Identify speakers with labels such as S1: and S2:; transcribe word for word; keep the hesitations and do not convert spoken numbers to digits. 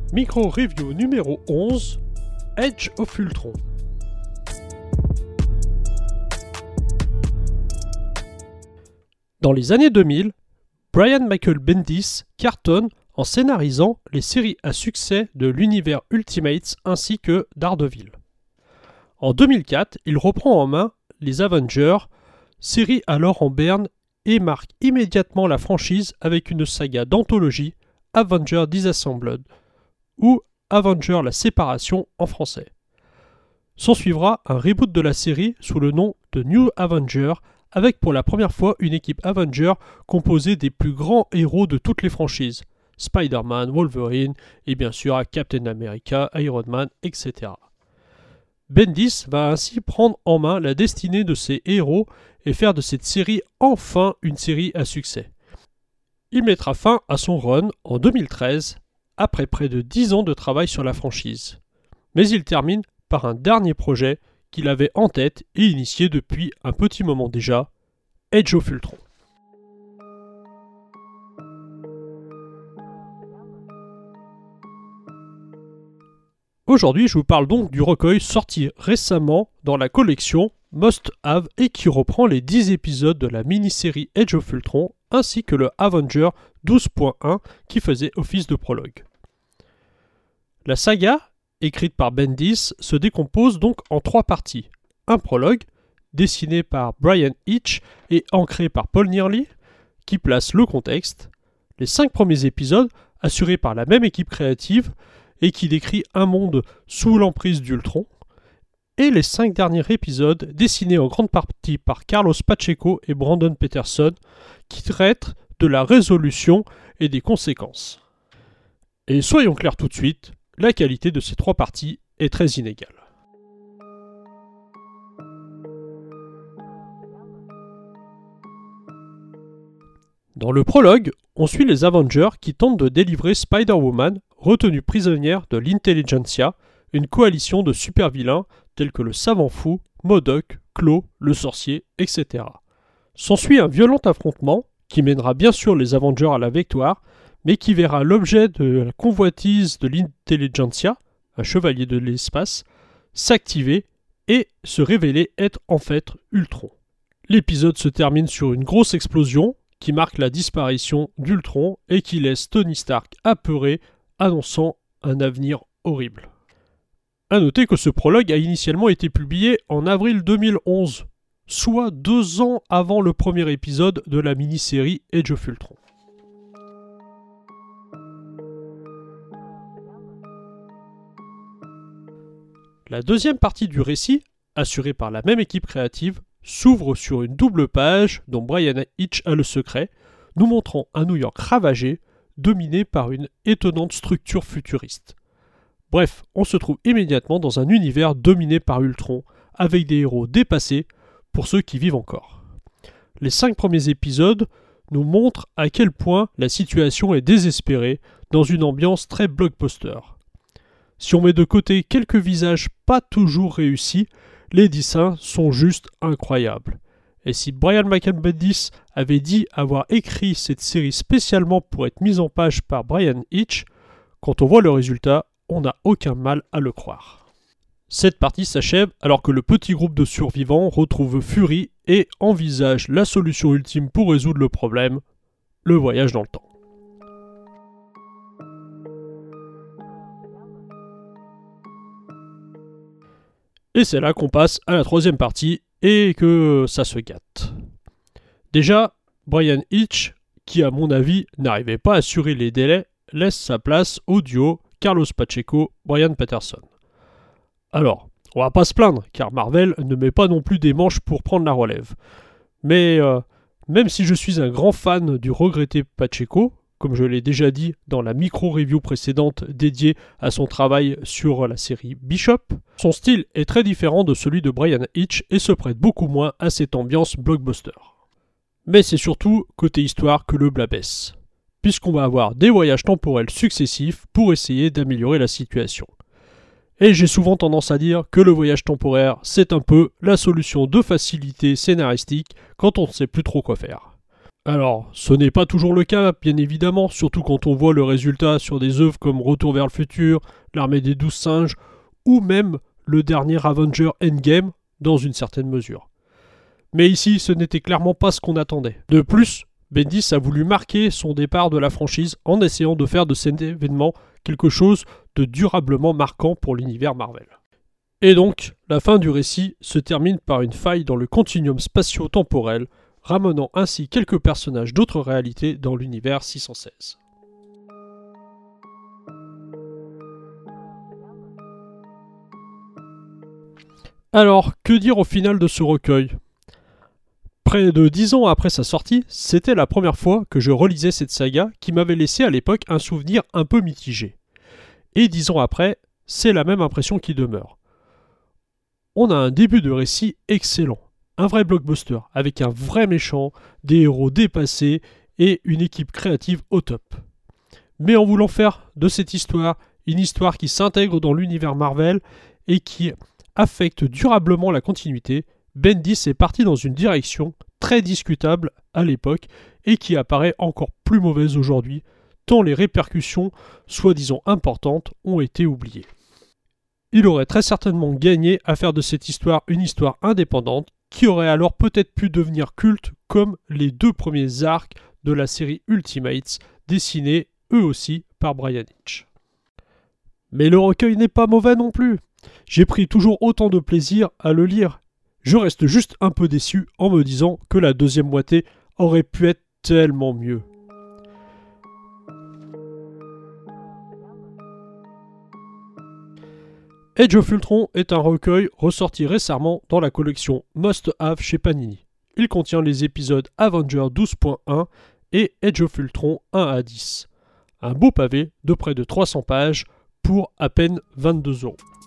S1: Micro-review numéro onze, Age of Ultron. Dans les années deux mille, Brian Michael Bendis cartonne en scénarisant les séries à succès de l'univers Ultimates ainsi que Daredevil. En deux mille quatre, il reprend en main les Avengers, série alors en berne, et marque immédiatement la franchise avec une saga d'anthologie, Avengers Disassembled, ou Avengers la séparation en français. S'ensuivra un reboot de la série sous le nom de New Avengers, avec pour la première fois une équipe Avengers composée des plus grands héros de toutes les franchises, Spider-Man, Wolverine et bien sûr Captain America, Iron Man, et cetera. Bendis va ainsi prendre en main la destinée de ces héros et faire de cette série enfin une série à succès. Il mettra fin à son run en deux mille treize, après près de dix ans de travail sur la franchise. Mais il termine par un dernier projet qu'il avait en tête et initié depuis un petit moment déjà, Age of Ultron. Aujourd'hui, je vous parle donc du recueil sorti récemment dans la collection Must Have et qui reprend les dix épisodes de la mini-série Age of Ultron ainsi que le Avenger douze point un qui faisait office de prologue. La saga, écrite par Bendis, se décompose donc en trois parties. Un prologue, dessiné par Brian Hitch et ancré par Paul Neary, qui place le contexte. Les cinq premiers épisodes, assurés par la même équipe créative, et qui décrit un monde sous l'emprise d'Ultron. Et les cinq derniers épisodes, dessinés en grande partie par Carlos Pacheco et Brandon Peterson, qui traitent de la résolution et des conséquences. Et soyons clairs tout de suite, la qualité de ces trois parties est très inégale. Dans le prologue, on suit les Avengers qui tentent de délivrer Spider-Woman, retenue prisonnière de l'Intelligentsia, une coalition de super-vilains tels que le Savant Fou, MODOK, Klaw, le Sorcier, et cetera. S'ensuit un violent affrontement qui mènera bien sûr les Avengers à la victoire, mais qui verra l'objet de la convoitise de l'Intelligentsia, un chevalier de l'espace, s'activer et se révéler être en fait Ultron. L'épisode se termine sur une grosse explosion qui marque la disparition d'Ultron et qui laisse Tony Stark apeuré, annonçant un avenir horrible. A noter que ce prologue a initialement été publié en avril deux mille onze, soit deux ans avant le premier épisode de la mini-série Age of Ultron. La deuxième partie du récit, assurée par la même équipe créative, s'ouvre sur une double page dont Brian Hitch a le secret, nous montrant un New York ravagé, dominé par une étonnante structure futuriste. Bref, on se trouve immédiatement dans un univers dominé par Ultron, avec des héros dépassés pour ceux qui vivent encore. Les cinq premiers épisodes nous montrent à quel point la situation est désespérée dans une ambiance très blockbuster. Si on met de côté quelques visages pas toujours réussis, les dessins sont juste incroyables. Et si Brian Michael Bendis avait dit avoir écrit cette série spécialement pour être mise en page par Brian Hitch, quand on voit le résultat, on n'a aucun mal à le croire. Cette partie s'achève alors que le petit groupe de survivants retrouve Fury et envisage la solution ultime pour résoudre le problème, le voyage dans le temps. Et c'est là qu'on passe à la troisième partie et que ça se gâte. Déjà, Brian Hitch, qui à mon avis n'arrivait pas à assurer les délais, laisse sa place au duo Carlos Pacheco, Brian Peterson. Alors, on va pas se plaindre, car Marvel ne met pas non plus des manches pour prendre la relève. Mais euh, même si je suis un grand fan du regretté Pacheco, comme je l'ai déjà dit dans la micro-review précédente dédiée à son travail sur la série Bishop, son style est très différent de celui de Brian Hitch et se prête beaucoup moins à cette ambiance blockbuster. Mais c'est surtout côté histoire que le blât baisse, puisqu'on va avoir des voyages temporels successifs pour essayer d'améliorer la situation. Et j'ai souvent tendance à dire que le voyage temporaire, c'est un peu la solution de facilité scénaristique quand on ne sait plus trop quoi faire. Alors, ce n'est pas toujours le cas, bien évidemment, surtout quand on voit le résultat sur des œuvres comme Retour vers le futur, L'Armée des douze singes, ou même le dernier Avenger Endgame, dans une certaine mesure. Mais ici, ce n'était clairement pas ce qu'on attendait. De plus, Bendis a voulu marquer son départ de la franchise en essayant de faire de cet événement quelque chose de durablement marquant pour l'univers Marvel. Et donc, la fin du récit se termine par une faille dans le continuum spatio-temporel, ramenant ainsi quelques personnages d'autres réalités dans l'univers six cent seize. Alors, que dire au final de ce recueil ? Près de dix ans après sa sortie, c'était la première fois que je relisais cette saga qui m'avait laissé à l'époque un souvenir un peu mitigé. Et dix ans après, c'est la même impression qui demeure. On a un début de récit excellent, un vrai blockbuster, avec un vrai méchant, des héros dépassés et une équipe créative au top. Mais en voulant faire de cette histoire une histoire qui s'intègre dans l'univers Marvel et qui affecte durablement la continuité, Bendis est parti dans une direction très discutable à l'époque et qui apparaît encore plus mauvaise aujourd'hui, tant les répercussions, soi-disant importantes, ont été oubliées. Il aurait très certainement gagné à faire de cette histoire une histoire indépendante qui aurait alors peut-être pu devenir culte comme les deux premiers arcs de la série Ultimates, dessinés eux aussi par Bryan Hitch. Mais le recueil n'est pas mauvais non plus. J'ai pris toujours autant de plaisir à le lire. Je reste juste un peu déçu en me disant que la deuxième moitié aurait pu être tellement mieux. Age of Ultron est un recueil ressorti récemment dans la collection Must Have chez Panini. Il contient les épisodes Avenger douze point un et Age of Ultron un à dix. Un beau pavé de près de trois cents pages pour à peine vingt-deux euros.